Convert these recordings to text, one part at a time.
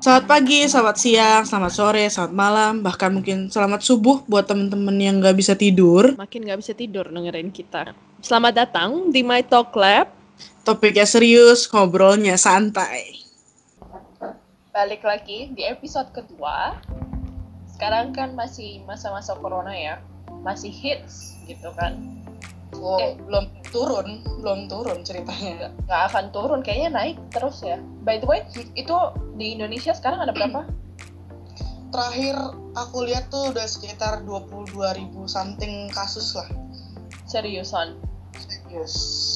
Selamat pagi, selamat siang, selamat sore, selamat malam, bahkan mungkin selamat subuh buat temen-temen yang nggak bisa tidur. Makin nggak bisa tidur dengerin kita. Selamat datang di My Talk Lab. Topiknya serius, ngobrolnya santai. Balik lagi di episode kedua. Sekarang kan masih masa-masa corona ya, masih hits gitu kan. Belum turun ceritanya. Nggak akan turun, kayaknya naik terus ya. By the way, itu di Indonesia sekarang ada berapa? Terakhir aku lihat tuh udah sekitar 22.000 something kasus lah. Seriusan? Serius.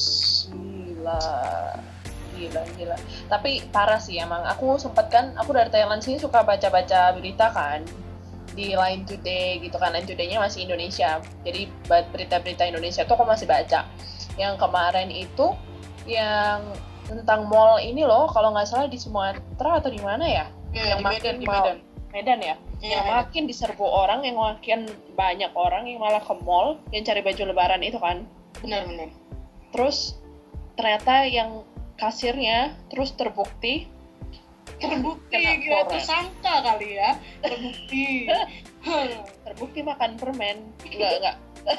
Gila. Tapi parah sih emang. Aku dari Thailand sini suka baca-baca berita kan di Line Today gitu kan. Line Today-nya masih Indonesia. Jadi berita-berita Indonesia tuh aku masih baca. Yang kemarin itu yang tentang mall ini loh, kalau nggak salah di Sumatera atau di mana ya? Yang makin di Medan. Medan ya? Yang makin diserbu orang, yang makin banyak orang yang malah ke mall yang cari baju lebaran itu kan. Benar. Terus ternyata yang kasirnya terus terbukti kena tersangka kali ya. Terbukti makan permen. Enggak.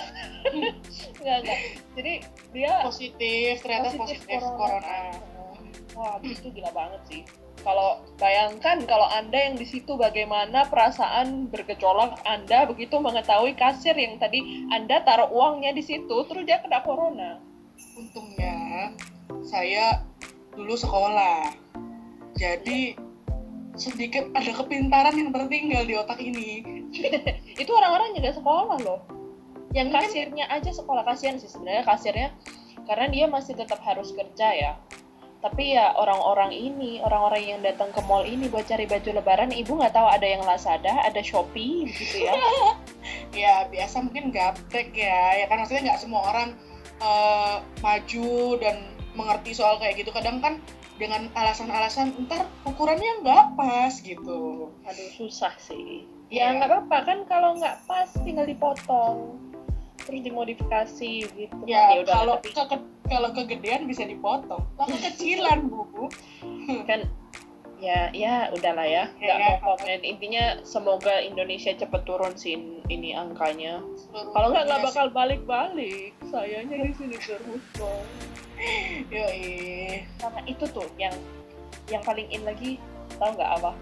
Jadi dia positif corona. Wah, itu gila banget sih. Kalau bayangkan kalau Anda yang di situ, bagaimana perasaan bergejolak Anda begitu mengetahui kasir yang tadi Anda taruh uangnya di situ terus dia kena corona. Untungnya saya dulu sekolah, jadi sedikit ada kepintaran yang tertinggal di otak ini. Itu orang-orang juga sekolah loh. Yang kasirnya aja sekolah, kasihan sih sebenarnya kasirnya, karena dia masih tetap harus kerja ya. Tapi ya orang-orang yang datang ke mall ini buat cari baju lebaran, ibu nggak tahu ada yang Lazada, ada Shopee gitu ya. Ya biasa mungkin gaptek ya kan, maksudnya nggak semua orang maju dan mengerti soal kayak gitu. Kadang kan dengan alasan-alasan ntar ukurannya nggak pas gitu. Aduh, susah sih. Ya nggak apa-apa kan, kalau nggak pas tinggal dipotong terus dimodifikasi gitu. Ya kalau kegedean bisa dipotong, lah kekecilan bu. Kan ya udahlah ya, nggak mau komen. Intinya semoga Indonesia cepet turun sih ini angkanya. Kalau nggak bakal balik-balik. Sayangnya di sini terus dong. Yoi. Sama itu tuh yang paling in lagi, tahu nggak apa?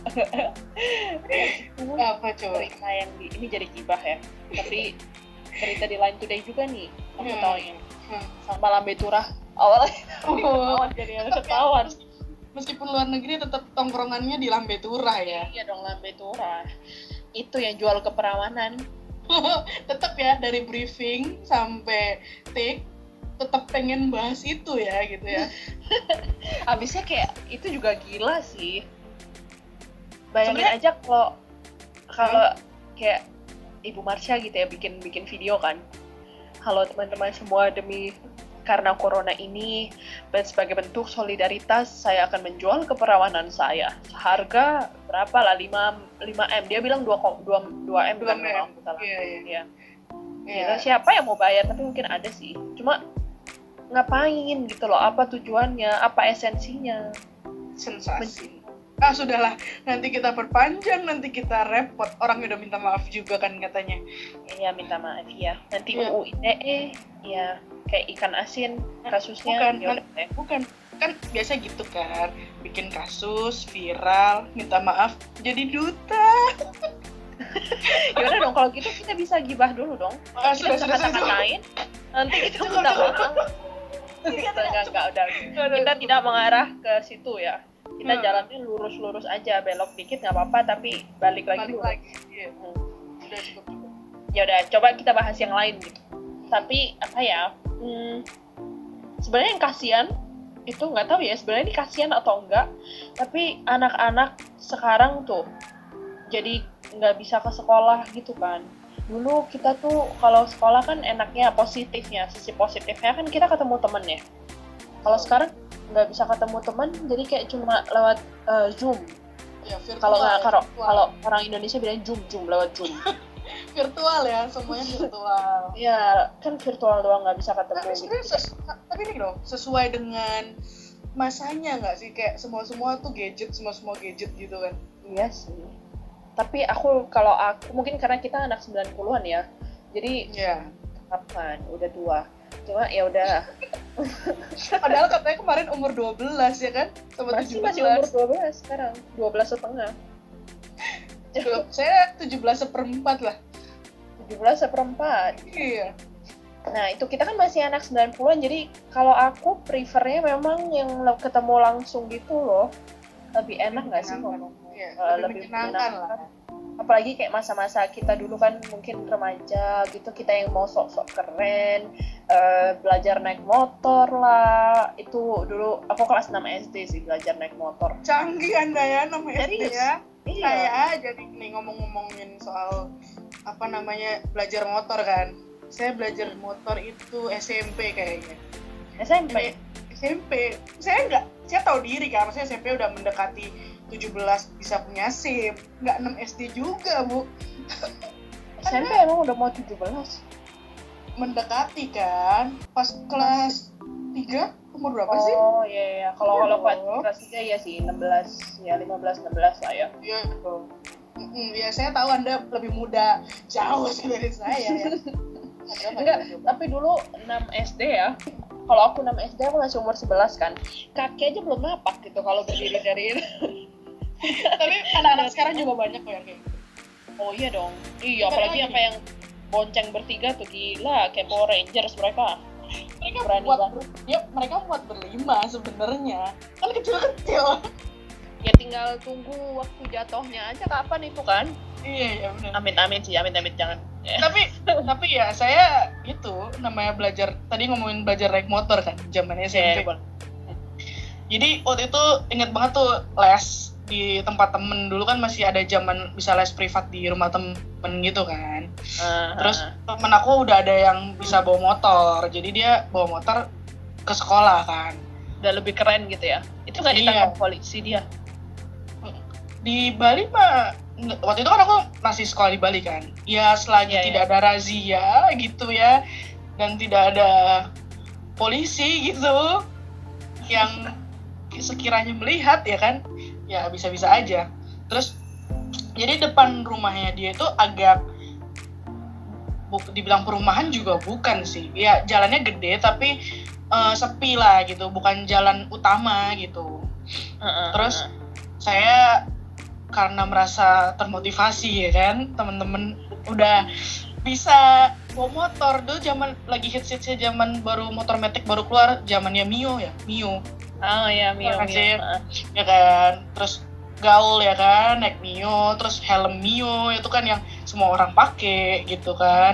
Apa coba? Berita yang ini jadi gibah ya, tapi berita di Line Today juga nih, aku tahu yang sama lambe turah awalnya jadi yang ketahuan. Meskipun luar negeri tetap tongkrongannya di lambe turah ya. Iya dong, lambe turah itu yang jual keperawanan. Tetap ya, dari briefing sampai take tetap pengen bahas itu ya gitu ya. Abisnya kayak itu juga gila sih. Bayangin aja kalau kayak Ibu Marsha gitu ya bikin video kan. Halo teman-teman semua, karena corona ini dan sebagai bentuk solidaritas saya akan menjual keperawanan saya. Harga berapa lah? 5M. Dia bilang 2M kan memang salah. Iya. Ya, siapa yang mau bayar? Tapi mungkin ada sih. Cuma ngapain gitu loh? Apa tujuannya? Apa esensinya? Sensasi. Sudahlah, nanti kita perpanjang, nanti kita repot. Orang udah minta maaf juga kan katanya. Iya, minta maaf ya. Nanti UU ITE ya kayak ikan asin kasusnya. Bukan. Kan biasa gitu kan. Bikin kasus viral, minta maaf, jadi duta. Yaudah dong, kalau gitu kita bisa gibah dulu dong. Kita bisa kata-katain. Nanti kita minta maaf. Enggak, udah. Kita tidak mengarah ke situ ya. Kita jalannya lurus-lurus aja, belok dikit nggak apa-apa, tapi balik lagi. Iya. Udah cukup. Ya udah, coba kita bahas yang lain gitu. Tapi apa ya? Sebenarnya yang kasihan itu nggak tahu ya, sebenarnya ini kasihan atau enggak. Tapi anak-anak sekarang tuh jadi nggak bisa ke sekolah gitu kan. Dulu kita tuh kalau sekolah kan enaknya positifnya, sisi positifnya kan kita ketemu temen ya. Kalau sekarang nggak bisa ketemu teman, jadi kayak cuma lewat Zoom. Ya, kalau orang Indonesia bilang Zoom lewat Zoom. Virtual ya, semuanya virtual. Ya kan virtual doang, nggak bisa ketemu. Tapi ini loh, sesuai dengan masanya nggak sih, kayak semua tuh gadget, semua gadget gitu kan. Iya sih. Tapi kalau aku mungkin karena kita anak 90-an ya. Jadi kapan udah tua. Cuma ya udah. Padahal katanya kemarin umur 12 ya kan? Sama Masih 17. umur 12 sekarang. 12,5. Saya 17/4 lah. 17/4. Iya. Nah, itu kita kan masih anak 90-an, jadi kalau aku prefernya memang yang ketemu langsung gitu loh. Lebih enak nggak sih ngomong? Iya, Lebih menyenangkan lah. Apalagi kayak masa-masa kita dulu kan mungkin remaja gitu, kita yang mau sok-sok keren, belajar naik motor lah. Itu dulu aku kelas 6 SD sih belajar naik motor. Canggih Anda ya, namanya SD ya. Iya. Saya jadi nih ngomongin soal belajar motor kan. Saya belajar motor itu SMP kayaknya. SMP? SMP. Saya tahu diri kan, maksudnya SMP udah mendekati 17 bisa punya SIM. Nggak 6 SD juga, Bu. SMP emang udah mau 17? Mendekati kan. Pas kelas 3, umur berapa sih? Oh iya. Kalau kelas 3 ya sih, 16, ya 15-16 lah ya. Iya, betul. Ya saya tahu Anda lebih muda jauh sih dari saya ya. Enggak, tapi dulu 6 SD ya. Kalau aku 6 SD aku masih umur 11 kan. Kaki aja belum napak gitu kalau berdiri dari itu. Tapi anak-anak sekarang juga banyak kok yang kayak gitu. Oh iya dong. Iya, apalagi apa yang bonceng bertiga tuh gila, kayak Power Rangers mereka. Mereka buat berlima sebenarnya. Kan kecil-kecil. Ya tinggal tunggu waktu jatuhnya aja kapan itu kan. Iya benar. Amit-amit jangan. Tapi ya saya itu namanya belajar, tadi ngomongin belajar naik motor kan zaman SMP. Jadi waktu itu inget banget tuh les di tempat temen. Dulu kan masih ada zaman bisa les privat di rumah temen gitu kan. Terus temen aku udah ada yang bisa bawa motor, jadi dia bawa motor ke sekolah kan. Udah lebih keren gitu ya. Itu nggak ditangkap polisi dia? Di Bali mah, waktu itu kan aku masih sekolah di Bali kan. Ya selagi tidak ada razia gitu ya, dan tidak ada polisi gitu yang sekiranya melihat ya kan, ya bisa-bisa aja. Terus jadi depan rumahnya dia itu agak dibilang perumahan juga bukan sih. Ya jalannya gede tapi sepi lah gitu, bukan jalan utama gitu. Terus saya karena merasa termotivasi ya kan, temen-temen udah bisa bawa motor. Dulu zaman lagi hits-hitsnya, zaman baru motor Matic baru keluar, zamannya Mio. Oh ya, Mio. Ya kan, terus gaul ya kan, naik Mio, terus helm Mio itu kan yang semua orang pakai gitu kan.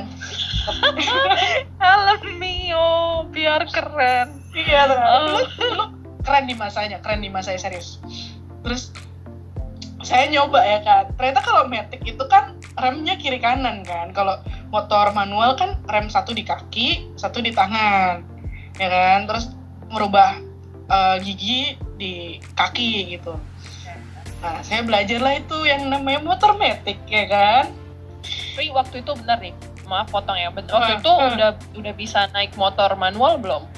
Helm Mio biar keren. Iya, dulu keren di masanya serius. Terus saya nyoba ya kan, ternyata kalau Matic itu kan remnya kiri kanan kan. Kalau motor manual kan rem satu di kaki, satu di tangan, ya kan. Terus merubah gigi di kaki gitu. Nah, saya belajar lah itu yang namanya motor Matic ya kan. Tapi waktu itu benar nih, maaf potong ya. Waktu itu udah bisa naik motor manual belum?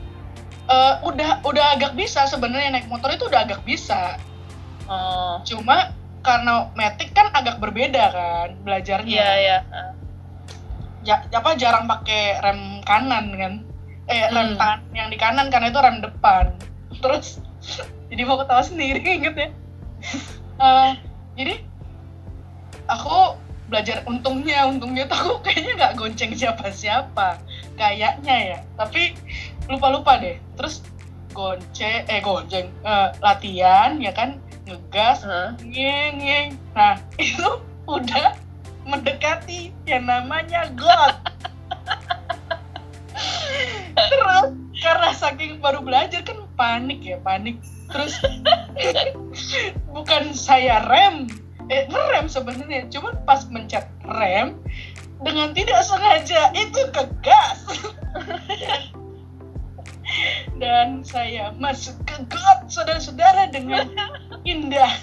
Udah agak bisa sebenarnya, naik motor itu udah agak bisa. Cuma karena Matic kan agak berbeda kan belajarnya. Iya. Jarang pakai rem kanan kan. Rem tangan yang di kanan karena itu rem depan. Terus jadi mau ketawa sendiri inget ya. Jadi aku belajar, untungnya tuh aku kayaknya nggak gonceng siapa-siapa kayaknya ya. Tapi lupa deh. Terus gonceng latihan ya kan, ngegas, ngeng. Nah, itu udah mendekati yang namanya God. Terus karena saking baru belajar kan panik. Terus bukan saya ngerem sebenarnya, cuma pas mencet rem dengan tidak sengaja itu ke gas. Dan saya masuk ke got, saudara-saudara, dengan indah.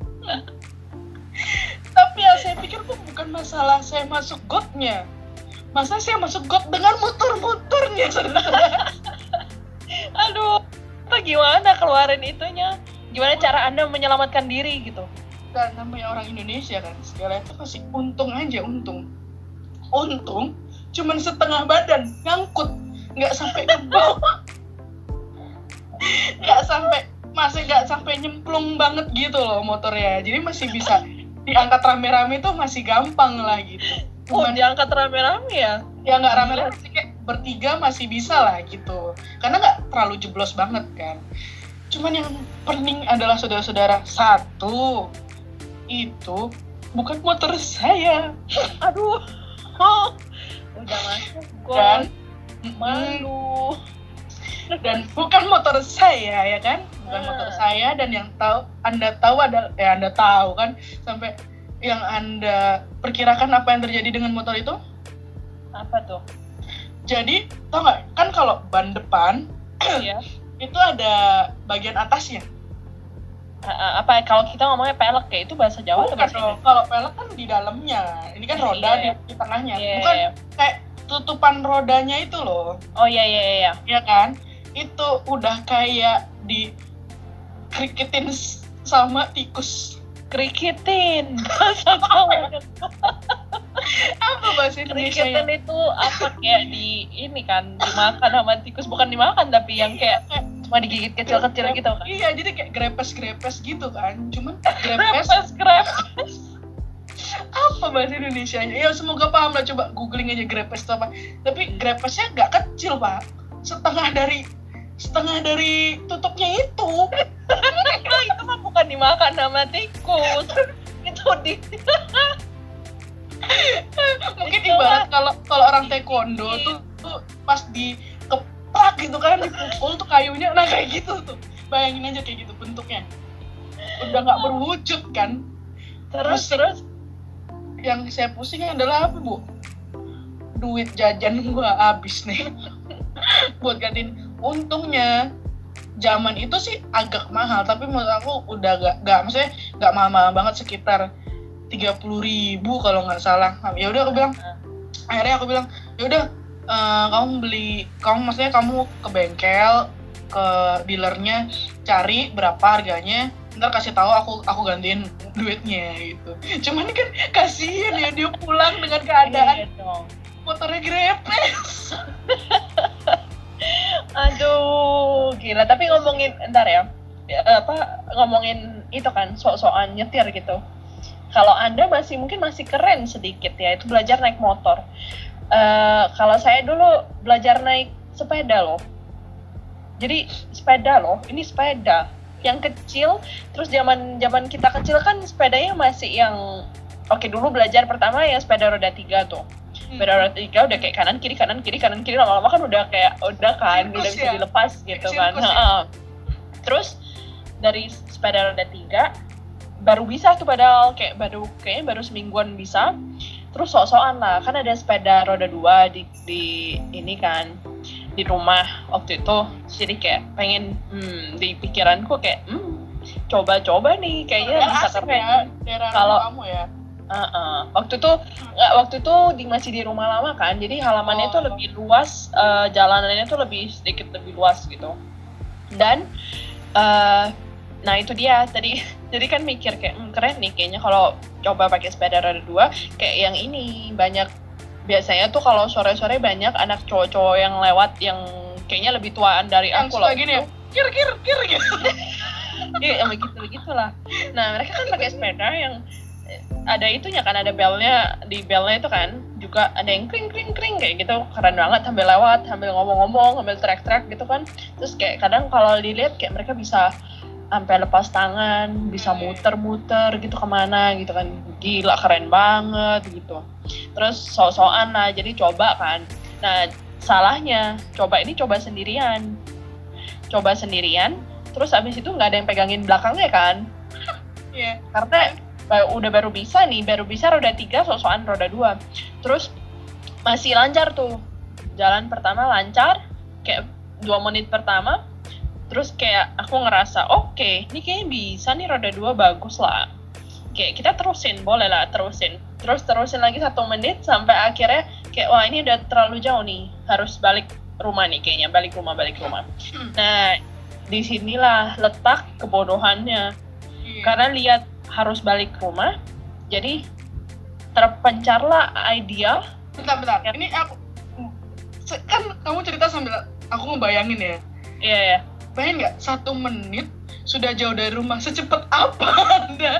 Tapi yang saya pikir tuh bukan masalah saya masuk gotnya, masa saya masuk got dengan motor-motornya, saudara. Aduh, gimana keluarin itunya? Gimana cara Anda menyelamatkan diri gitu? Dan namanya orang Indonesia kan, segala itu pasti untung aja, untung cuman setengah badan ngangkut, nggak sampai ke bawah, nggak sampai nyemplung banget gitu loh motornya, jadi masih bisa diangkat rame-rame tuh masih gampang lah gitu. Cuman diangkat rame-rame ya? Ya nggak rame-rame sih, kayak bertiga masih bisa lah gitu, karena nggak terlalu jeblos banget kan. Cuman yang penting adalah saudara-saudara, satu itu bukan motor saya. Aduh, udah masuk Dan malu. Dan bukan motor saya, ya kan? Bukan motor saya, dan yang Anda tahu adalah, Anda tahu kan, sampai yang Anda perkirakan apa yang terjadi dengan motor itu? Apa tuh? Jadi, tau nggak? Kan kalau ban depan Iya. itu ada bagian atasnya. Apa kalau kita ngomongnya pelek kayak itu bahasa Jawa atau Bukan bahasa dong, Inggris? kalau pelek kan di dalamnya. Ini kan roda Iya. di tengahnya. Iya. Bukan kayak tutupan rodanya itu loh. Oh iya. Ya kan? Itu udah kayak di krikitin sama tikus. Krikitin. Bahasa Jawa. Apa bahasa Indonesia Krikitin itu apa kayak di ini kan dimakan sama tikus, bukan dimakan tapi yang kayak cuma digigit kecil-kecil gitu kan. Iya, jadi kayak grepes gitu kan. Cuman grepes Grepes. apa bahasa Indonesianya? Ya semoga paham lah, coba googling aja grepes itu apa. Tapi grepesnya nggak kecil, Pak. Setengah dari tutupnya itu. Itu mah bukan dimakan sama tikus. Itu Mungkin ibarat kalau orang taekwondo tuh pas dikeprak gitu kan, dipukul tuh kayunya, nah kayak gitu tuh. Bayangin aja kayak gitu bentuknya. Udah nggak berwujud kan. terus Yang saya pusing adalah apa, Bu? Duit jajan gua habis nih. Buat gantiin. Untungnya zaman itu sih agak mahal, tapi menurut aku udah maksudnya nggak mahal-mahal banget, sekitar 30.000 kalau nggak salah. Ya udah akhirnya aku bilang ya udah, maksudnya kamu ke bengkel, ke dealernya, cari berapa harganya, ntar kasih tahu aku gantiin duitnya gitu. Cuman kan kasihan ya, dia pulang dengan keadaan motornya grepes. Aduh, gila. Tapi ngomongin ngomongin itu kan, sok-sokan nyetir gitu. Kalau Anda mungkin masih keren sedikit ya, itu belajar naik motor. Kalau saya dulu belajar naik sepeda loh. Jadi sepeda loh, ini sepeda yang kecil. Terus zaman kita kecil kan sepedanya masih yang oke, dulu belajar pertama yang sepeda roda 3 tuh. Sepeda roda 3 udah kayak kanan kiri, lama-lama kan udah bisa dilepas gitu kan. Terus dari sepeda roda 3 baru bisa tuh, padahal kayaknya baru semingguan bisa. Terus sok-sokan lah, kan ada sepeda roda 2 di ini kan, di rumah waktu itu. Jadi kayak pengen di pikiranku kayak coba-coba nih, kayaknya bisa keren. Kalau kamu ya. Waktu itu masih di rumah lama kan, jadi halamannya tuh lebih luas, jalanannya tuh sedikit lebih luas gitu. Dan nah itu dia tadi, jadi kan mikir kayak keren nih kayaknya kalau coba pakai sepeda roda 2 kayak yang ini. Banyak biasanya tuh kalau sore-sore banyak anak cowok-cowok yang lewat yang kayaknya lebih tuaan dari aku loh. Gini ya, kir gitu. Iya, begitulah. Nah, mereka kan pakai sepeda yang ada itunya kan, ada belnya, di belnya itu kan juga ada yang kring kayak gitu, keren banget, sambil lewat, sambil ngomong-ngomong, sambil teriak-teriak gitu kan. Terus kayak kadang kalau dilihat kayak mereka bisa sampai lepas tangan, bisa muter-muter gitu kemana gitu kan, gila keren banget gitu. Terus sok-sokan lah, jadi coba kan. Nah salahnya coba sendirian, terus abis itu nggak ada yang pegangin belakangnya kan. Iya. Karena baru bisa roda 3, sok-sokan roda 2. Terus masih lancar tuh, jalan pertama lancar kayak 2 menit pertama. Terus kayak aku ngerasa oke, ini kayaknya bisa nih, roda 2 bagus lah. Kayak kita boleh lah terusin. Terus terusin lagi 1 menit sampai akhirnya kayak wah ini udah terlalu jauh nih, harus balik rumah nih kayaknya, balik rumah. Nah disinilah letak kebodohannya. Karena lihat harus balik ke rumah, jadi terpencarlah idea. Bentar. Ini aku kan kamu cerita sambil aku ngebayangin ya. Iya. Bayangin nggak 1 menit sudah jauh dari rumah, secepat apa Anda?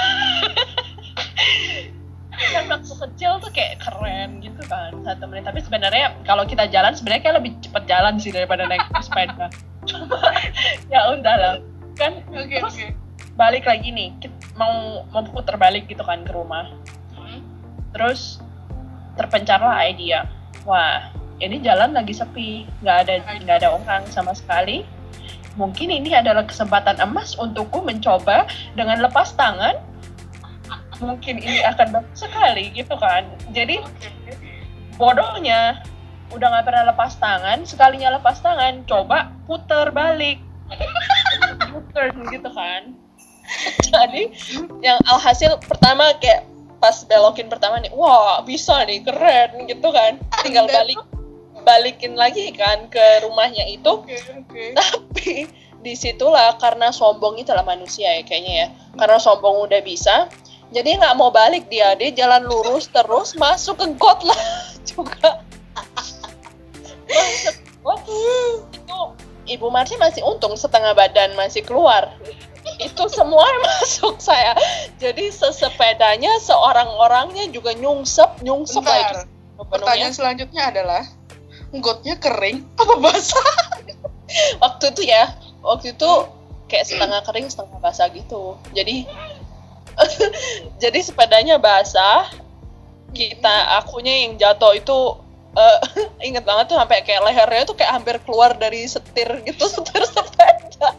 Kan waktu kecil tuh kayak keren gitu kan 1 menit, tapi sebenarnya kalau kita jalan sebenarnya kayak lebih cepat jalan sih daripada naik sepeda. Cuma ya udahlah kan. Oke. Balik lagi nih, mau putar balik gitu kan ke rumah. Terus terpencarlah idea, wah ini jalan lagi sepi, nggak ada orang sama sekali. Mungkin ini adalah kesempatan emas untukku mencoba dengan lepas tangan. Mungkin ini akan bagus sekali gitu kan. Jadi bodohnya udah nggak pernah lepas tangan, sekalinya lepas tangan coba puter balik, puter gitu kan. Jadi yang alhasil pertama kayak pas belokin pertama nih, wah bisa nih, keren gitu kan, tinggal balikin lagi kan ke rumahnya itu. Tapi disitulah karena sombong itulah manusia ya kayaknya ya, karena sombong udah bisa, jadi nggak mau balik dia jalan lurus terus masuk ke got lah juga. Masuk got itu Ibu Marsi masih untung setengah badan masih keluar, itu semua masuk saya. Jadi sepedanya seorang-orangnya juga nyungsep lah itu. Pertanyaan selanjutnya adalah gotnya kering apa basah? Waktu itu kayak setengah kering setengah basah gitu. Jadi jadi sepedanya basah, akunya yang jatuh itu inget banget tuh sampai kayak lehernya tuh kayak hampir keluar dari setir sepeda.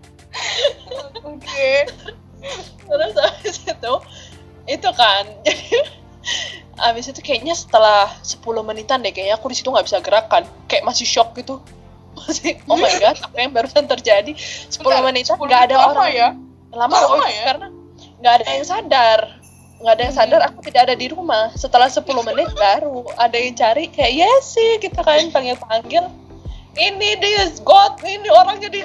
Oke. Terus habis itu kan, jadi habis itu kayaknya setelah 10 menitan deh kayaknya aku di situ nggak bisa gerakan, kayak masih shock gitu, oh my god apa yang barusan terjadi. 10 menitan nggak ada orang ya? Lama ya? Karena nggak ada yang sadar aku tidak ada di rumah. Setelah 10 menit baru ada yang cari, kayak yes sih kita kan panggil ini dia God, ini orang jadi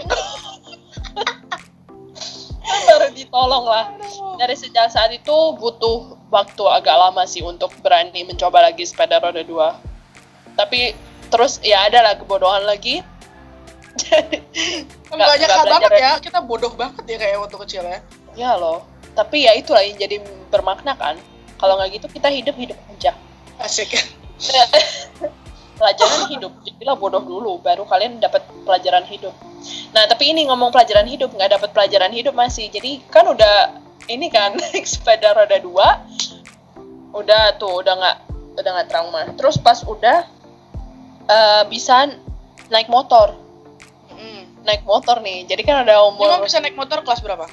baru ditolong lah. Dari sejak saat itu butuh waktu agak lama sih untuk berani mencoba lagi sepeda roda 2. Tapi terus ya ada lah kebodohan lagi. Banyak banget ya, kita bodoh banget ya kayak waktu kecil ya. Ya loh, tapi ya itulah yang jadi bermakna kan. Kalau nggak gitu kita hidup aja. Asik. Pelajaran hidup, jadilah bodoh dulu, baru kalian dapat pelajaran hidup. Nah tapi ini ngomong pelajaran hidup, nggak dapat pelajaran hidup masih. Jadi kan udah ini kan naik sepeda roda 2, udah nggak trauma. Terus pas udah bisa naik motor. Naik motor nih, jadi kan ada umur. Emang bisa naik motor kelas berapa?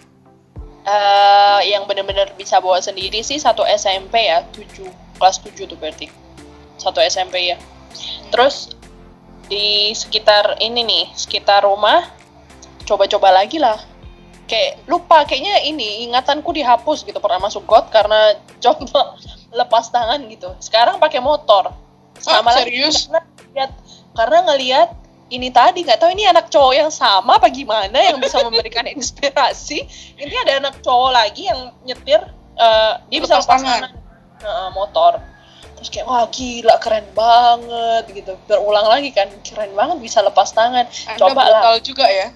Yang benar-benar bisa bawa sendiri sih 1 SMP ya, kelas 7 tuh berarti 1 SMP ya. Terus di sekitar ini nih, sekitar rumah coba-coba lagi lah. Kayak lupa, kayaknya ingatanku dihapus gitu pernah masuk got karena coba lepas tangan gitu. Sekarang pakai motor. Sama serius? Karena ngelihat ini tadi, nggak tahu ini anak cowok yang sama apa gimana yang bisa memberikan inspirasi. Ini ada anak cowok lagi yang nyetir, dia bisa lepas tangan motor. Terus kayak wah gila keren banget gitu. Berulang lagi kan, keren banget bisa lepas tangan. Coba lah. Juga ya.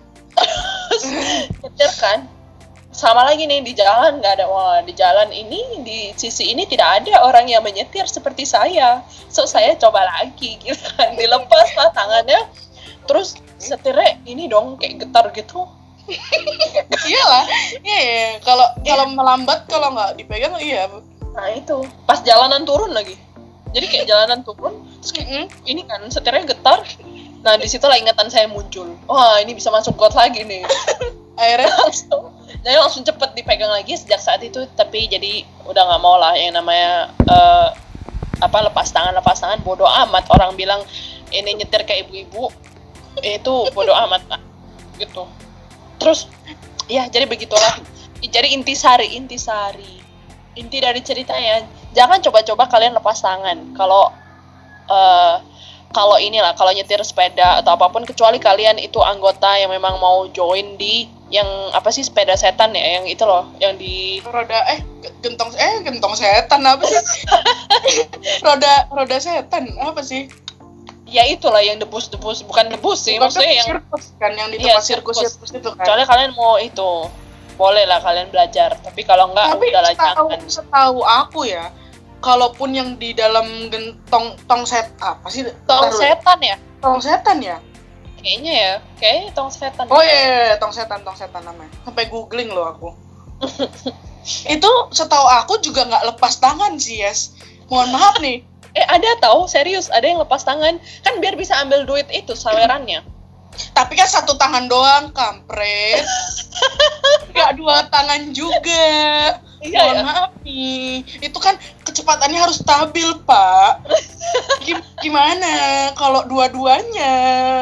Nyetir kan. Sama lagi nih di jalan nggak ada. Wah di jalan ini di sisi ini tidak ada orang yang menyetir seperti saya. So saya coba lagi gitu kan, dilepas lah tangannya. Terus setirnya ini dong kayak getar gitu. Iyalah. Iya. Kalau melambat, kalau nggak dipegang iya. Nah itu pas jalanan turun lagi. Jadi kayak jalanan turun, terus kayak, ini kan setirnya getar. Nah disitulah ingatan saya muncul. Wah ini bisa masuk got lagi nih. Akhirnya langsung cepet dipegang lagi sejak saat itu. Tapi jadi udah nggak mau lah yang namanya lepas tangan bodoh amat. Orang bilang ini nyetir kayak ibu-ibu, itu bodoh amat lah gitu. Terus ya jadi begitulah. Jadi intisari inti dari ceritanya, jangan coba-coba kalian lepas tangan kalau kalau inilah, kalau nyetir sepeda atau apapun, kecuali kalian itu anggota yang memang mau join di yang apa sih, sepeda setan ya, yang itu loh, yang di gentong setan apa sih? roda setan apa sih? Ya itulah yang debus-debus, bukan debus sih, maksudnya yang sirkus kan, yang di tempat sirkus itu kan. Soalnya kalian mau itu, boleh lah kalian belajar, tapi kalau enggak udahlah jangan. Setahu aku ya, kalaupun yang di dalam tong setan ya? Tong setan ya? Kayaknya tong setan. Oh iya, tong setan namanya. Sampai googling loh aku. Itu setahu aku juga nggak lepas tangan sih, Yes. Mohon maaf nih. Ada tahu, serius, ada yang lepas tangan. Kan biar bisa ambil duit itu sawerannya. Tapi kan satu tangan doang, kampret. Nggak dua tangan juga. Mohon maaf nih. Itu kan kecepatannya harus stabil, Pak. Gimana kalau dua-duanya?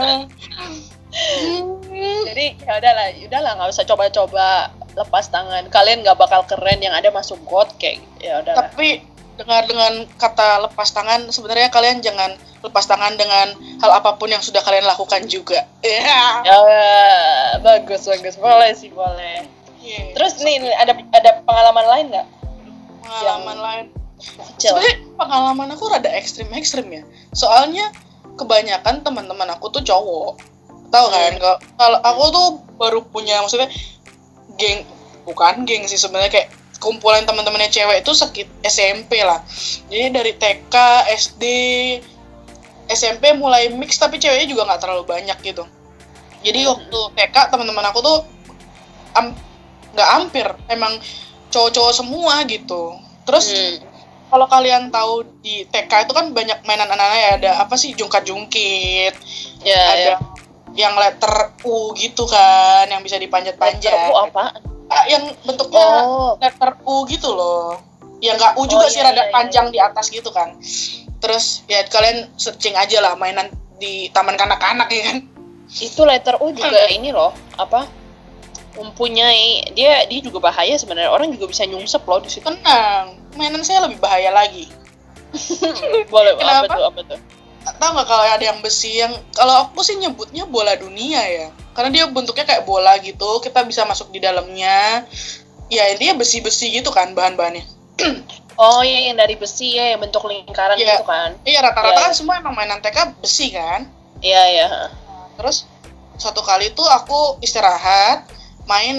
Jadi ya udahlah nggak usah coba-coba lepas tangan. Kalian nggak bakal keren, yang ada masuk got kayak ya udahlah. Tapi dengan kata lepas tangan, sebenarnya kalian jangan lepas tangan dengan hal apapun yang sudah kalian lakukan juga. Ya, bagus, boleh. Yeah. Terus nih ada pengalaman lain nggak? Pengalaman lain. Sebenarnya pengalaman aku rada ekstrim ya. Soalnya kebanyakan teman-teman aku tuh cowok. Tahu kan? Kalau aku tuh baru punya, maksudnya bukan geng sih sebenarnya, kayak kumpulan teman-temannya cewek itu SMP lah. Jadi dari TK, SD, SMP mulai mix, tapi ceweknya juga nggak terlalu banyak gitu. Jadi waktu TK teman-teman aku tuh nggak hampir, emang cowok-cowok semua gitu. Terus kalau kalian tahu di TK itu kan banyak mainan anak-anak ya, ada apa sih, jungkat-jungkit, ada yang letter U gitu kan, yang bisa dipanjat-panjat. Letter U apa? Yang bentuknya letter U gitu loh. Ya nggak U juga sih, rada panjang di atas gitu kan. Terus ya kalian searching aja lah mainan di taman kanak-kanak ya kan. Itu letter U juga ini loh, apa? Mempunyai dia juga bahaya sebenarnya. Orang juga bisa nyungsep loh di situ. Tenang, mainan saya lebih bahaya lagi. Boleh. Apa tuh? Tahu nggak kalau ada yang besi, yang kalau aku sih nyebutnya bola dunia ya, karena dia bentuknya kayak bola gitu, kita bisa masuk di dalamnya. Ya intinya besi-besi gitu kan bahan-bahannya. Oh iya, yang dari besi ya, yang bentuk lingkaran gitu kan. Iya, rata-rata kan semua emang mainan TK besi kan. Iya. Terus suatu kali tuh aku istirahat, main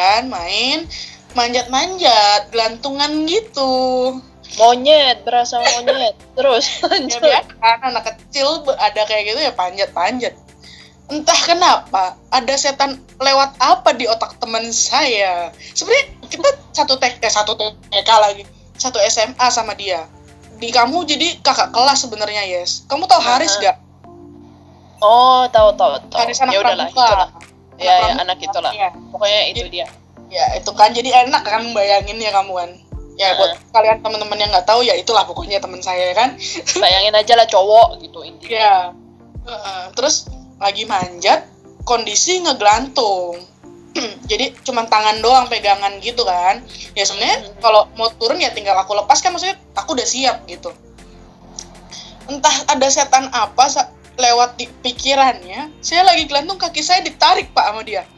manjat-manjat, gelantungan gitu. Berasa monyet. Terus lanjut. Ya kan, anak kecil ada kayak gitu ya, panjat-panjat. Entah kenapa ada setan lewat apa di otak teman saya. Sebenarnya kita satu TK lagi, satu SMA sama dia. Di kamu jadi kakak kelas sebenarnya, Yes. Kamu tahu Haris gak? Oh, tahu. Haris anak pramuka. Ya, anak itulah. Ya. Pokoknya itu dia. Ya, itu kan jadi enak kan bayangin ya kamu kan. Ya buat kalian teman-teman yang nggak tahu, ya itulah pokoknya teman saya kan. Bayangin aja lah cowok gitu intinya. Ya. Terus lagi manjat, kondisi ngegelantung. Jadi cuma tangan doang pegangan gitu kan. Ya sebenarnya kalau mau turun ya tinggal aku lepas kan, maksudnya aku udah siap gitu. Entah ada setan apa lewat di pikirannya, saya lagi gelantung, kaki saya ditarik Pak sama dia.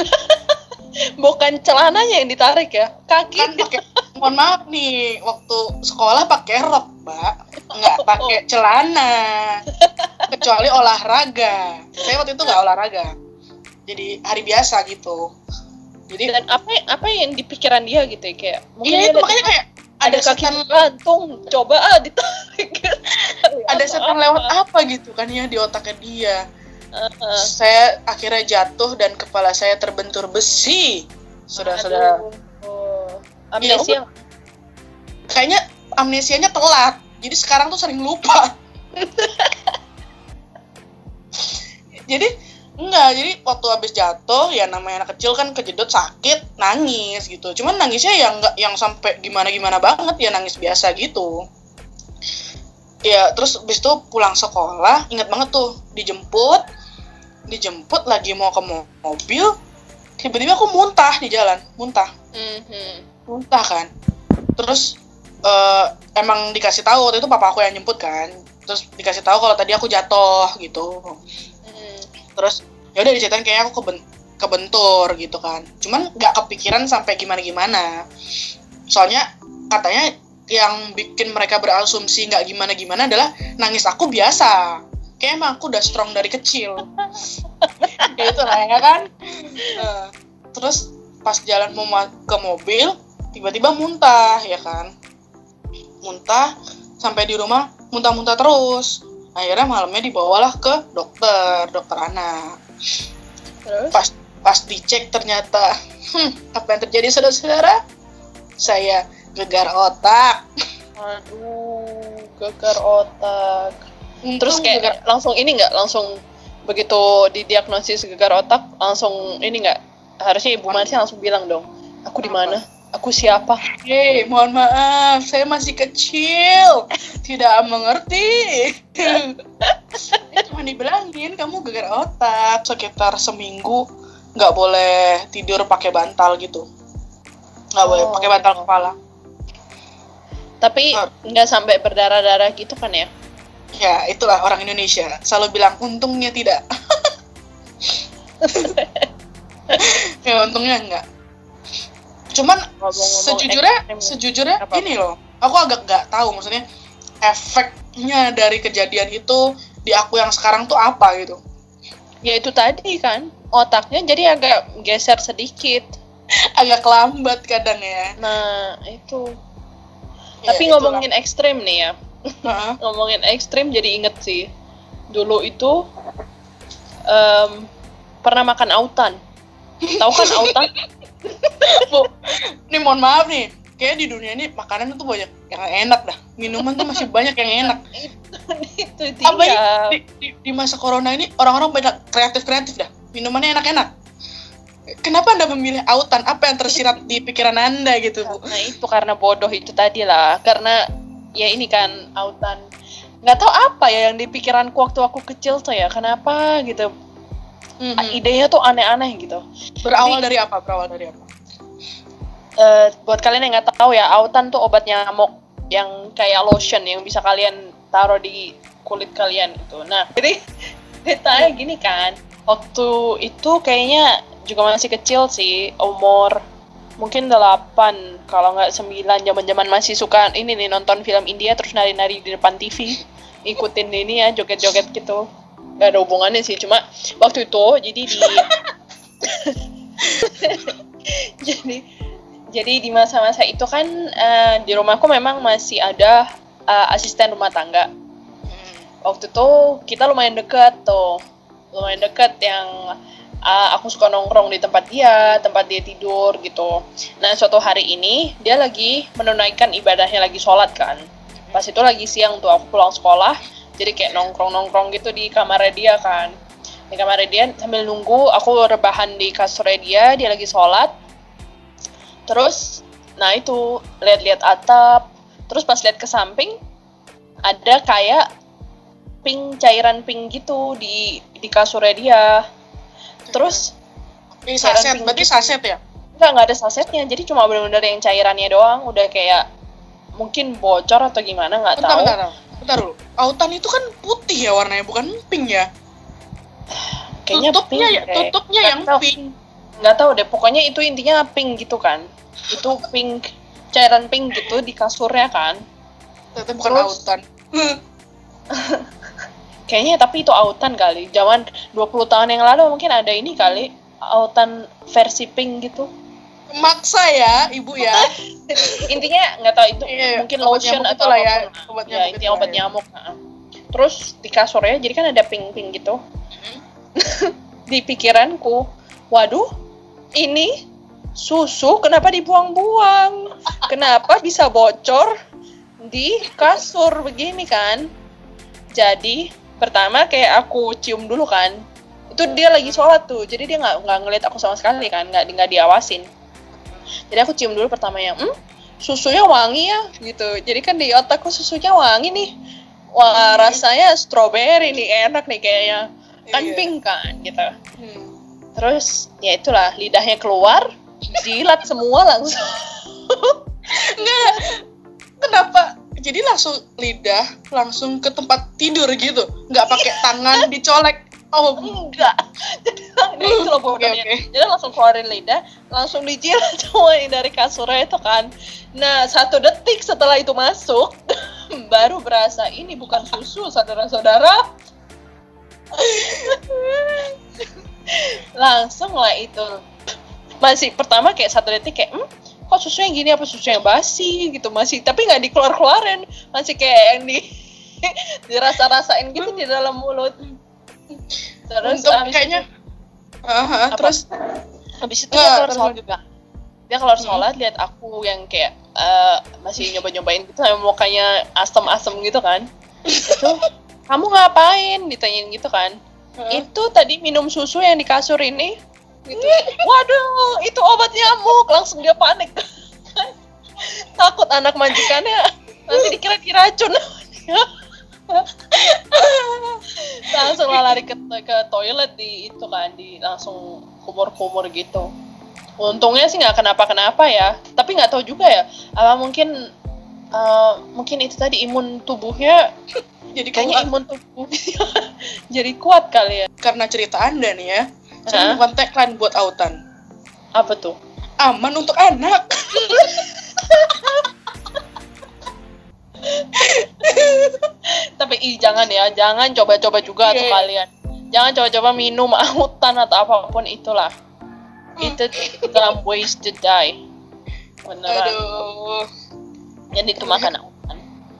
Bukan celananya yang ditarik ya, kaki kan pakai, mohon maaf nih, waktu sekolah pakai rok Mbak, nggak pakai celana, kecuali olahraga. Saya waktu itu nggak olahraga, jadi hari biasa gitu. Jadi dan apa yang di pikiran dia gitu ya, kayak mungkin itu makanya kayak ada kaki setan gantung, coba ditarik. Ada setan lewat apa gitu kan ya di otaknya dia. Saya akhirnya jatuh dan kepala saya terbentur besi. Saudara-saudara. Amnesia. Kayaknya amnesianya telat. Jadi sekarang tuh sering lupa. Jadi waktu habis jatuh ya, namanya anak kecil kan kejedot sakit, nangis gitu. Cuman nangisnya ya nggak yang sampai gimana-gimana banget, ya nangis biasa gitu. Ya terus habis itu pulang sekolah, ingat banget tuh, dijemput lagi mau ke mobil, tiba-tiba aku muntah di jalan, muntah kan. Terus emang dikasih tahu waktu itu papa aku yang jemput kan, terus dikasih tahu kalau tadi aku jatuh gitu. Terus ya udah diceritain kayak aku kebentur gitu kan, cuman nggak kepikiran sampai gimana soalnya katanya yang bikin mereka berasumsi nggak gimana adalah nangis aku biasa, kayak emang aku udah strong dari kecil. Ya itu lah ya kan. Terus pas jalan mau ke mobil tiba-tiba muntah ya kan, muntah sampai di rumah muntah terus. Akhirnya malamnya dibawalah ke dokter anak. Terus? Pas dicek ternyata apa yang terjadi saudara-saudara? Saya gegar otak. Aduh, gegar otak. Terus kayak gegar. langsung ini nggak, langsung begitu didiagnosis gegar otak langsung ini nggak, harusnya Ibu Marsha langsung bilang dong, aku di mana, aku siapa? Mohon maaf, saya masih kecil, tidak mengerti. Cuma dibilangin kamu gegar otak, sekitar seminggu nggak boleh tidur pakai bantal gitu, nggak boleh pakai bantal kepala. Tapi nggak sampai berdarah-darah gitu kan ya? Ya itulah orang Indonesia selalu bilang untungnya tidak. Ya untungnya enggak. Cuman sejujurnya ini loh, aku agak nggak tahu maksudnya efeknya dari kejadian itu di aku yang sekarang tuh apa gitu. Ya itu tadi kan, otaknya jadi agak geser sedikit, agak lambat kadang ya. Nah itu. Ya, tapi ngomongin ekstrim nih ya, ngomongin ekstrim jadi inget sih, dulu itu pernah makan autan. Tahu kan autan? Bu, ini mohon maaf nih, kayaknya di dunia ini makanan tuh banyak yang enak dah, minuman tuh masih banyak yang enak. Itu dia. Apa ya, di masa corona ini orang-orang banyak kreatif dah, minumannya enak-enak. Kenapa Anda memilih autan? Apa yang tersirat di pikiran Anda gitu, Bu? Nah itu karena bodoh itu tadi lah, karena ya ini kan autan, nggak tahu apa ya yang di pikiranku waktu aku kecil tuh ya, kenapa gitu. Idenya tuh aneh-aneh gitu. Berawal dari apa? Buat kalian yang nggak tahu ya, autan tuh obat nyamuk yang kayak lotion yang bisa kalian taruh di kulit kalian itu. Nah, jadi ceritanya gini kan, waktu itu kayaknya juga masih kecil sih, umur mungkin 8 kalau nggak 9, zaman-zaman masih suka ini nih nonton film India terus nari-nari di depan TV, ikutin ini ya, joget-joget gitu. Gak ada hubungannya sih, cuma waktu itu jadi di masa-masa itu kan di rumahku memang masih ada asisten rumah tangga. Waktu itu kita lumayan dekat yang aku suka nongkrong di tempat dia tidur gitu. Nah suatu hari ini dia lagi menunaikan ibadahnya, lagi sholat kan. Pas itu lagi siang tuh aku pulang sekolah, jadi kayak nongkrong gitu di kamarnya dia kan. Di kamarnya dia sambil nunggu, aku rebahan di kasurnya dia lagi sholat. Terus, nah itu, lihat-lihat atap. Terus pas lihat ke samping, ada kayak cairan pink gitu di kasurnya dia. Terus, saset, berarti gitu. Saset ya? Enggak ada sasetnya, jadi cuma benar-benar yang cairannya doang. Udah kayak, mungkin bocor atau gimana, nggak tahu. Bentar dulu, autan itu kan putih ya warnanya, bukan pink ya? Kayaknya tutupnya yang pink. Nggak tahu deh, pokoknya itu intinya pink gitu kan. Itu pink, cairan pink gitu di kasurnya kan. Ternyata bukan autan. Kayaknya tapi itu autan kali. Zaman 20 tahun yang lalu mungkin ada ini kali, autan versi pink gitu. Maksa ya, Ibu ya. Intinya nggak tahu itu mungkin lotion atau apa. Ya, intinya obat nyamuk. Terus di kasurnya jadi kan ada pink gitu. Di pikiranku, waduh, ini susu kenapa dibuang-buang? Kenapa bisa bocor di kasur begini kan? Jadi pertama kayak aku cium dulu kan. Itu dia lagi sholat tuh, jadi dia nggak ngeliat aku sama sekali kan, nggak diawasin. Jadi aku cium dulu pertamanya, susunya wangi ya gitu. Jadi kan di otakku susunya wangi nih. Wah rasanya strawberry nih, enak nih kayaknya. Kan pink kan gitu. Terus ya itulah, lidahnya keluar, jilat semua langsung. Enggak. Kenapa Jadi langsung lidah langsung ke tempat tidur gitu, nggak pakai tangan dicolek. Oh enggak. Jadi itu loh bodohnya. Jadi langsung keluarin lidah, langsung dijilat semuanya dari kasurnya itu kan. Nah 1 detik setelah itu masuk, baru berasa ini bukan susu, saudara-saudara. Langsung lah itu. Masih pertama kayak 1 detik kayak kok susunya gini, apa susunya basi gitu masih, tapi nggak dikeluar-keluarin, masih kayak yang dirasa-rasain gitu di dalam mulut. Terus kayaknya terus habis itu dia keluar sholat juga. Dia keluar sholat lihat aku yang kayak masih nyoba-nyobain gitu, mukanya asem-asem gitu kan. Itu kamu ngapain, ditanyain gitu kan. Itu tadi minum susu yang di kasur ini gitu. Waduh, itu obat nyamuk. Langsung dia panik. Takut anak majikannya nanti dikira diracun. Langsung lari ke toilet di itu kan, di langsung kumur-kumur gitu. Untungnya sih nggak kenapa-kenapa ya. Tapi nggak tahu juga ya. Apa mungkin itu tadi imun tubuhnya jadi kayaknya imun tubuh jadi kuat kali ya. Karena cerita Anda nih ya. Saya bukan tagline buat autan. Apa tuh? Aman untuk anak. Tapi jangan ya, jangan coba-coba juga tuh kalian. Jangan coba-coba minum autan atau apapun itulah. Itu dalam ways to die. Beneran. Aduh. Jadi itu makan autan.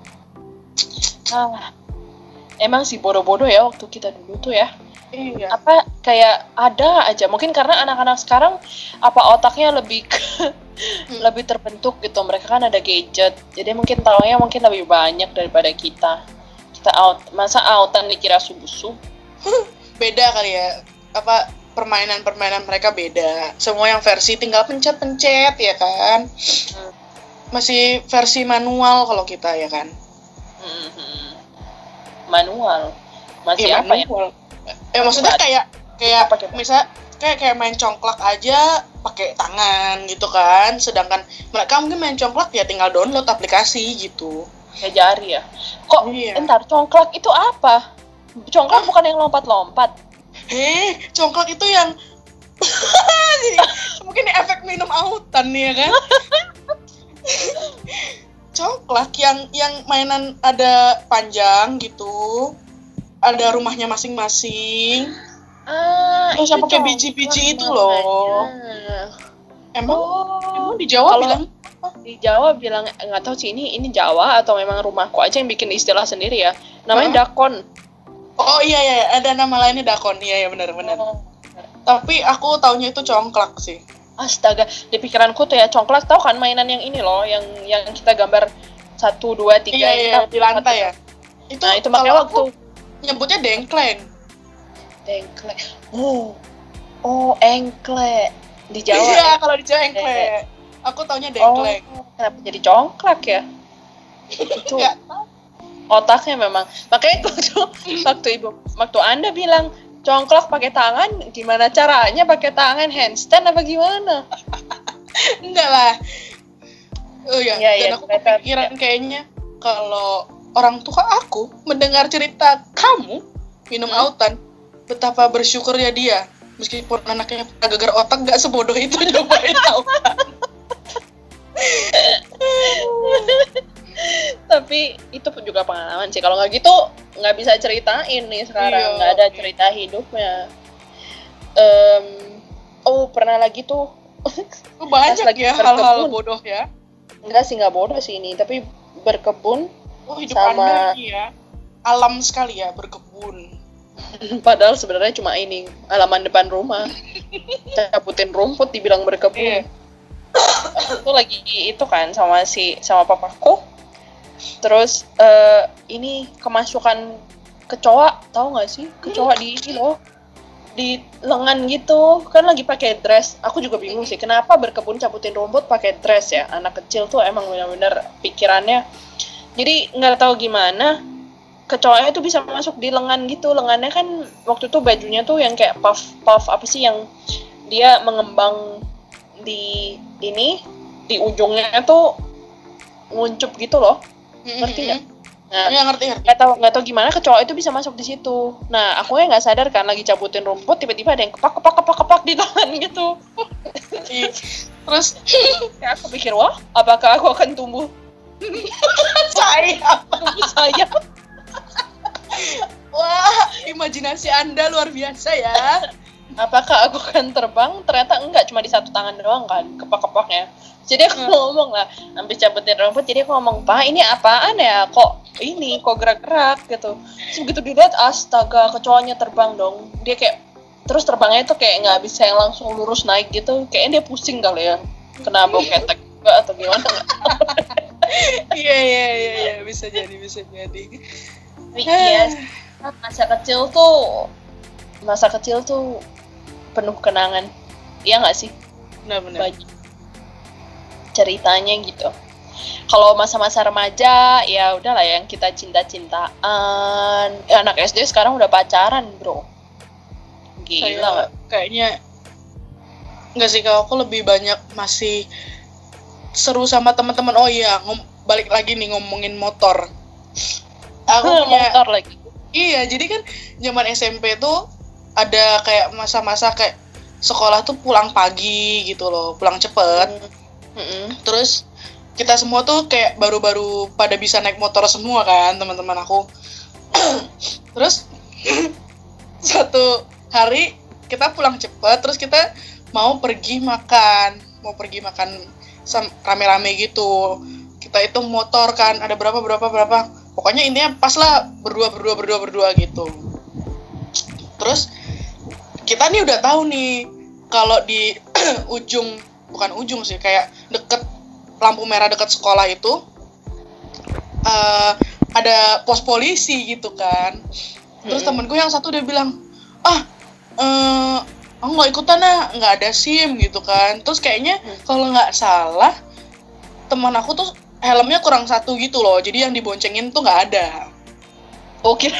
Emang sih bodoh-bodoh ya waktu kita dulu tuh ya. Iya. Apa kayak ada aja, mungkin karena anak-anak sekarang apa otaknya lebih lebih terbentuk gitu, mereka kan ada gadget, jadi mungkin taunya mungkin lebih banyak daripada kita masa autan dikira subuh. Beda kali ya, apa permainan mereka beda, semua yang versi tinggal pencet ya kan. Masih versi manual kalau kita ya kan. Manual masih apa manual. Maksudnya kayak misal kayak main congklak aja pakai tangan gitu kan, sedangkan mereka mungkin main congklak ya tinggal download aplikasi gitu. Kayak jari ya. Kok entar congklak itu apa? Congklak bukan yang lompat-lompat. Congklak itu yang mungkin efek minum autan nih ya kan. Congklak yang mainan ada panjang gitu. Ada rumahnya masing-masing. Terus yang pakai biji-biji itu loh. Emang di Jawa bilang? Di Jawa bilang nggak tahu sih ini Jawa atau memang rumahku aja yang bikin istilah sendiri ya. Namanya dakon. Oh iya ada nama lainnya dakon. Iya benar. Tapi aku taunya itu congklak sih. Astaga, di pikiranku tuh ya congklak, tahu kan mainan yang ini loh, yang kita gambar 1, 2, 3 iya, di lantai ya. Itu makanya waktu nyebutnya dengkleng. Engklek di Jawa. Iya, kalau di Jawa engklek. Aku taunya dengkleng. Kenapa jadi congklak ya? Itu otaknya memang. Makanya waktu Anda bilang congklak pakai tangan, gimana caranya pakai tangan, handstand apa gimana? Enggak lah. Oh ya, dan aku kepikiran kayaknya kalau orang tua aku mendengar cerita kamu minum autan, betapa bersyukurnya dia, meskipun anaknya gagal otak gak sebodoh itu nyobain autan. Tapi itu juga pengalaman sih. Kalau nggak gitu nggak bisa ceritain nih sekarang, nggak ada cerita hidupnya. Pernah lagi tuh. Banyak ya hal-hal bodoh ya. Enggak sih, nggak bodoh sih ini, tapi berkebun. Hidup Anda ya alam sekali ya, berkebun. Padahal sebenarnya cuma ini halaman depan rumah. Cabutin rumput dibilang berkebun. Itu lagi itu kan sama papaku. Terus ini kemasukan kecoa, tahu nggak sih? Kecoa di ini loh, di lengan gitu. Kan lagi pakai dress. Aku juga bingung sih kenapa berkebun cabutin rumput pakai dress ya. Anak kecil tuh emang benar-benar pikirannya. Jadi nggak tahu gimana kecoanya itu bisa masuk di lengan gitu. Lengannya kan waktu itu bajunya tuh yang kayak puff apa sih, yang dia mengembang di ujungnya tuh nguncup gitu loh. Ngerti nggak? Nah, Ya ngerti. nggak tahu gimana kecoa itu bisa masuk di situ. Nah, aku nggak sadar kan lagi cabutin rumput, tiba-tiba ada yang kepak di tangan gitu. Terus Ya, aku pikir, wah, apakah aku akan tumbuh saya, sayap? wah, imajinasi Anda luar biasa ya. Apakah aku akan terbang? Ternyata enggak, cuma di satu tangan doang kan, kepak-kepaknya. Jadi aku ngomong lah, habis cabutin rumput, jadi aku ngomong, Pak, ini apaan ya? Kok gerak-gerak gitu. Terus begitu dilihat, astaga, kecoanya terbang dong. Dia kayak, terus terbangnya itu kayak nggak bisa yang langsung lurus naik gitu. Kayaknya dia pusing kali ya. Kena bau ketek juga atau gimana. Iya, bisa jadi. Tapi iya, masa kecil tuh penuh kenangan. Iya nggak sih? Benar. Banyak ceritanya gitu. Kalau masa-masa remaja, ya udahlah yang kita cinta-cintaan. Anak SD sekarang udah pacaran, bro. Gila. Kayaknya nggak sih, kalau aku lebih banyak masih seru sama teman-teman. Oh iya, balik lagi nih ngomongin motor. Aku punya motor lagi. Iya, jadi kan zaman SMP tuh ada kayak masa-masa kayak sekolah tuh pulang pagi gitu loh, pulang cepet. Terus kita semua tuh kayak baru-baru pada bisa naik motor semua kan, teman-teman aku. Terus satu hari kita pulang cepet, terus kita mau pergi makan rame-rame gitu. Kita hitung motor kan, ada berapa. Pokoknya intinya pas lah berdua gitu. Terus kita nih udah tahu nih kalau di bukan ujung sih, kayak deket lampu merah deket sekolah itu ada pos polisi gitu kan. Terus temenku yang satu dia bilang, aku nggak ikutan nggak ada SIM gitu kan. Terus kayaknya kalau nggak salah teman aku tuh helmnya kurang satu gitu loh, jadi yang diboncengin tuh nggak ada. Oke.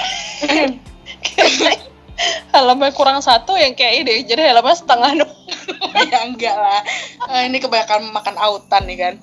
Helmnya kurang satu yang kayak ide, jadi helmnya setengah dong. Ya enggak lah, ini kebanyakan makan autan nih kan.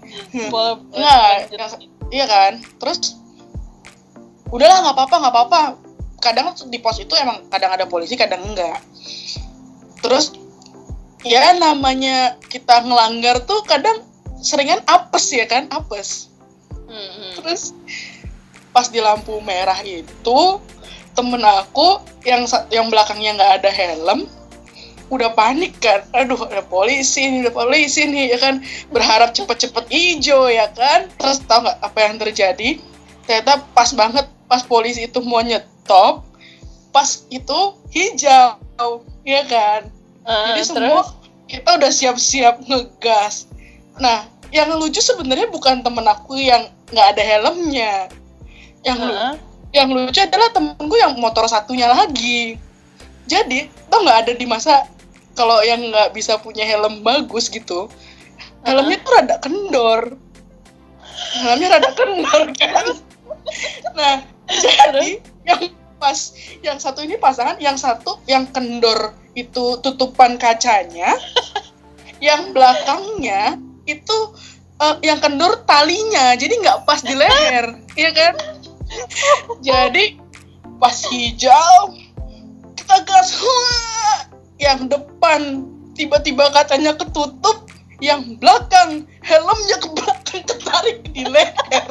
Iya kan. Terus udahlah, nggak apa-apa. Kadang di pos itu emang kadang ada polisi, kadang enggak. Terus ya namanya kita ngelanggar tuh kadang seringan apes ya kan, apes. Terus pas di lampu merah itu temen aku yang belakangnya nggak ada helm udah panik kan, aduh ada polisi nih ya kan, berharap cepet-cepet hijau ya kan. Terus tau nggak apa yang terjadi? Ternyata pas banget pas polisi itu mau nyetop, pas itu hijau ya kan. Jadi semua kita udah siap-siap ngegas. Nah, yang lucu sebenarnya bukan temen aku yang nggak ada helmnya. Yang lucu adalah temenku yang motor satunya lagi. Jadi, tau nggak ada di masa kalau yang nggak bisa punya helm bagus gitu, helmnya tuh rada kendor. Kan. Nah, jadi yang satu ini pasangan, yang satu yang kendor itu tutupan kacanya, yang belakangnya itu yang kendor talinya, jadi nggak pas di leher, ya kan? Jadi pas hijau kita gas, yang depan tiba-tiba kacanya ketutup, yang belakang helmnya ke belakang ketarik di leher.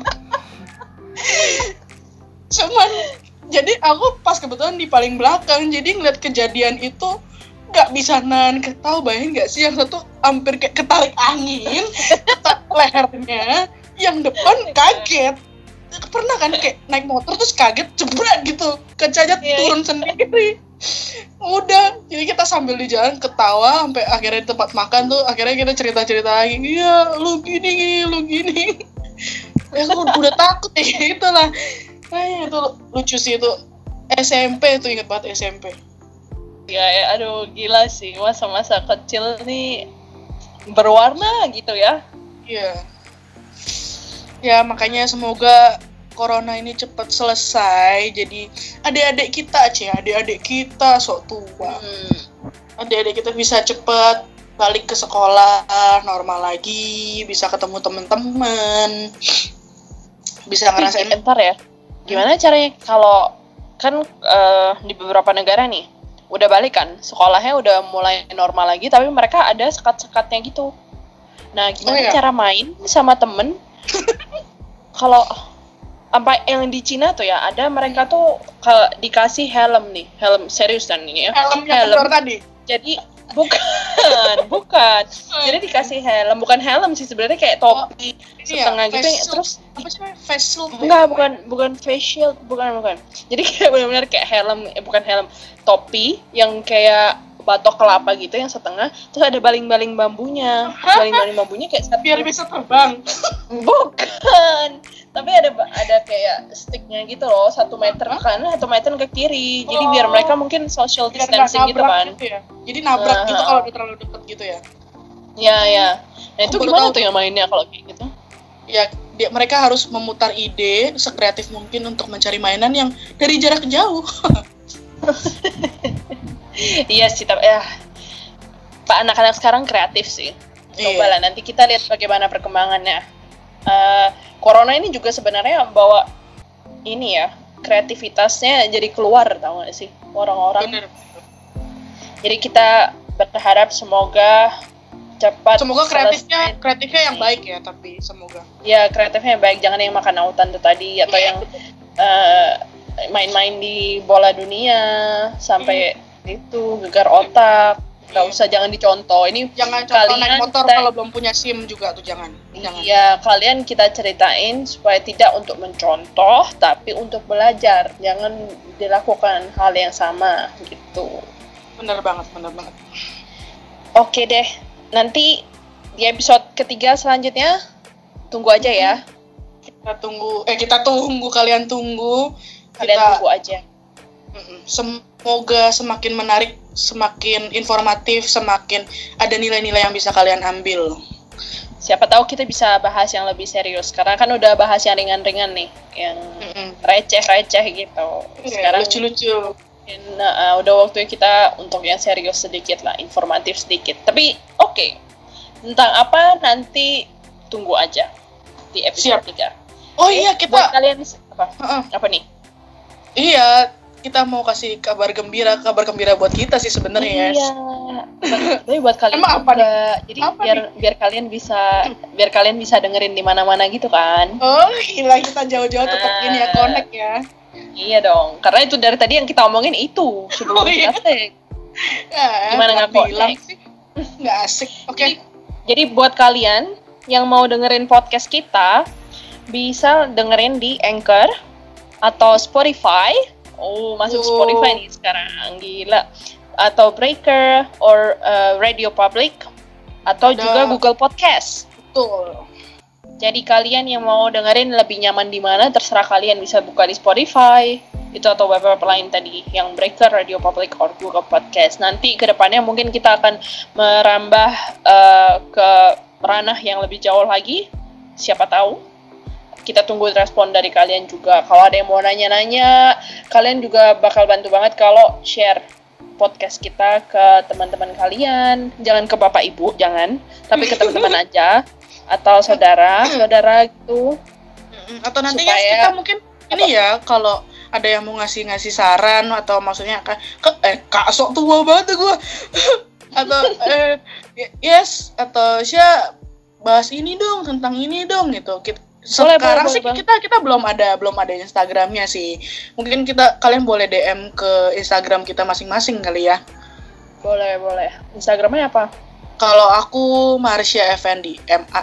Cuman jadi aku pas kebetulan di paling belakang, jadi ngeliat kejadian itu nggak bisa nahan ketawa. Bayangin nggak sih, yang satu hampir kayak ketarik angin, lehernya, yang depan kaget. Pernah kan kayak naik motor terus kaget jebret gitu, kacanya turun sendiri. Udah, jadi kita sambil di jalan ketawa sampai akhirnya di tempat makan tuh, akhirnya kita cerita-cerita lagi. Iya, lu gini. Ya aku udah takut ya gitu lah. Itu lucu sih itu. SMP tuh, inget banget SMP. Ya, aduh gila sih, masa-masa kecil nih berwarna gitu ya. Iya. Ya makanya semoga corona ini cepat selesai. Jadi adik-adik kita sok tua. Adik-adik kita bisa cepat balik ke sekolah normal lagi, bisa ketemu teman-teman. bisa ngerasain. Ntar ya, gimana caranya kalau kan di beberapa negara nih udah balik kan, sekolahnya udah mulai normal lagi, tapi mereka ada sekat-sekatnya gitu. Nah, gimana cara main sama temen? Kalau sampai yang di Cina tuh ya, ada mereka tuh dikasih helm nih, helm serius kan ini ya. Helm tadi. Jadi bukan. Jadi dikasih helm, bukan helm sih sebenarnya, kayak topi setengah gitu ya. Terus apa sih namanya? Face shield. Enggak, bukan face shield, bukan. Jadi kayak benar-benar kayak helm, bukan helm, topi yang kayak batok kelapa gitu yang setengah, terus ada baling-baling bambunya. Baling-baling bambunya kayak biar bisa terbang. Bukan. Tapi ada kayak sticknya gitu loh, 1 meter ke kanan, 1 meter ke kiri. Jadi biar mereka mungkin social distancing gitu kan. Gitu ya? Jadi nabrak gitu kalau udah terlalu deket gitu ya. Iya. Nah itu gimana tuh yang mainnya kalau kayak gitu? Ya, mereka harus memutar ide sekreatif mungkin untuk mencari mainan yang dari jarak jauh. Iya sih, tapi Pak anak-anak sekarang kreatif sih. Coba lah nanti kita lihat bagaimana perkembangannya. Corona ini juga sebenarnya bawa ini ya, kreativitasnya jadi keluar, tau gak sih orang-orang. Bener. Jadi kita berharap semoga cepat. Semoga kreatifnya yang baik ya, tapi semoga. Ya kreatifnya yang baik, jangan yang makan autan tuh tadi atau yang main-main di bola dunia sampai itu gegar otak. Gak usah, jangan dicontoh. Ini jangan contoh naik motor kalau belum punya SIM juga tuh jangan. Iya, kalian kita ceritain supaya tidak untuk mencontoh, tapi untuk belajar. Jangan dilakukan hal yang sama gitu. Bener banget. Oke deh, nanti di episode ketiga selanjutnya tunggu aja ya. Kita tunggu, kalian tunggu. Tunggu aja. Semoga semakin menarik, semakin informatif, semakin ada nilai-nilai yang bisa kalian ambil. Siapa tahu kita bisa bahas yang lebih serius, karena kan udah bahas yang ringan-ringan nih, yang receh-receh gitu. Sekarang lucu-lucu. Udah waktunya kita untuk yang serius sedikit lah, informatif sedikit. Tapi oke. Tentang apa nanti tunggu aja di episode 3. Oh iya, kita buat kalian apa nih? Iya, kita mau kasih kabar gembira buat kita sih sebenarnya. Iya. Tapi buat kalian emang apa juga, nih? jadi biar kalian bisa dengerin di mana-mana gitu kan. Oh, gila, kita jauh-jauh tetap ini ya, connect ya. Iya dong, karena itu dari tadi yang kita omongin itu sebelum kita take. Gimana nggak connect sih? Nggak asik. Oke. Jadi buat kalian yang mau dengerin podcast kita, bisa dengerin di Anchor atau Spotify. Oh, masuk Spotify nih sekarang, gila. Atau Breaker or Radio Public atau juga Google Podcast. Betul. Jadi kalian yang mau dengerin lebih nyaman di mana, terserah kalian, bisa buka di Spotify itu atau web lain tadi yang Breaker, Radio Public or Google Podcast. Nanti kedepannya mungkin kita akan merambah ke ranah yang lebih jauh lagi. Siapa tahu. Kita tunggu respon dari kalian juga. Kalau ada yang mau nanya-nanya, kalian juga bakal bantu banget kalau share podcast kita ke teman-teman kalian. Jangan ke bapak ibu, jangan. Tapi ke teman-teman aja. Atau saudara gitu. Atau nantinya kita mungkin ini ya, kalau ada yang mau ngasih saran atau maksudnya kak sok tua banget gue. Atau yes, atau bahas ini dong, tentang ini dong gitu. Sekarang sih kita belum ada Instagramnya sih. Mungkin kalian boleh DM ke Instagram kita masing-masing kali ya. Boleh. Instagramnya apa? Kalau aku Marsha Effendi,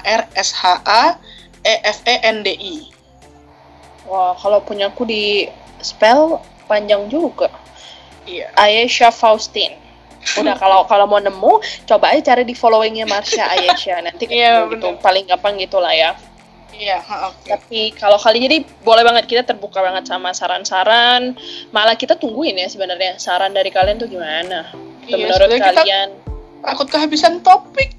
MARSHAEFENDI. Wah, kalau punya aku di spell panjang juga. Iya. Ayesha Faustin. Udah, kalau mau nemu, coba aja cari di followingnya Marsha Ayesha. Nanti gitu, paling gampang gitulah ya. Iya, oke. Tapi kalau kali jadi boleh banget, kita terbuka banget sama saran-saran. Malah kita tungguin ya sebenarnya saran dari kalian tuh gimana. Menurut kalian? Takut kehabisan topik.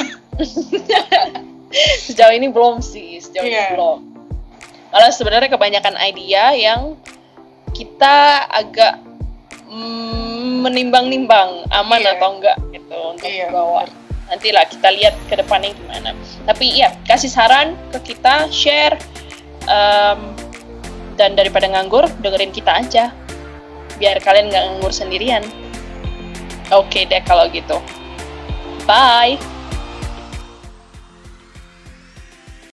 Sejauh ini belum sih, ini belum. Malah sebenarnya kebanyakan idea yang kita agak menimbang-nimbang aman atau enggak gitu untuk dibawa. Nantilah kita lihat ke depannya gimana. Tapi ya, kasih saran ke kita, share Dan daripada nganggur, dengerin kita aja. Biar kalian nggak nganggur sendirian. Oke deh kalau gitu. Bye!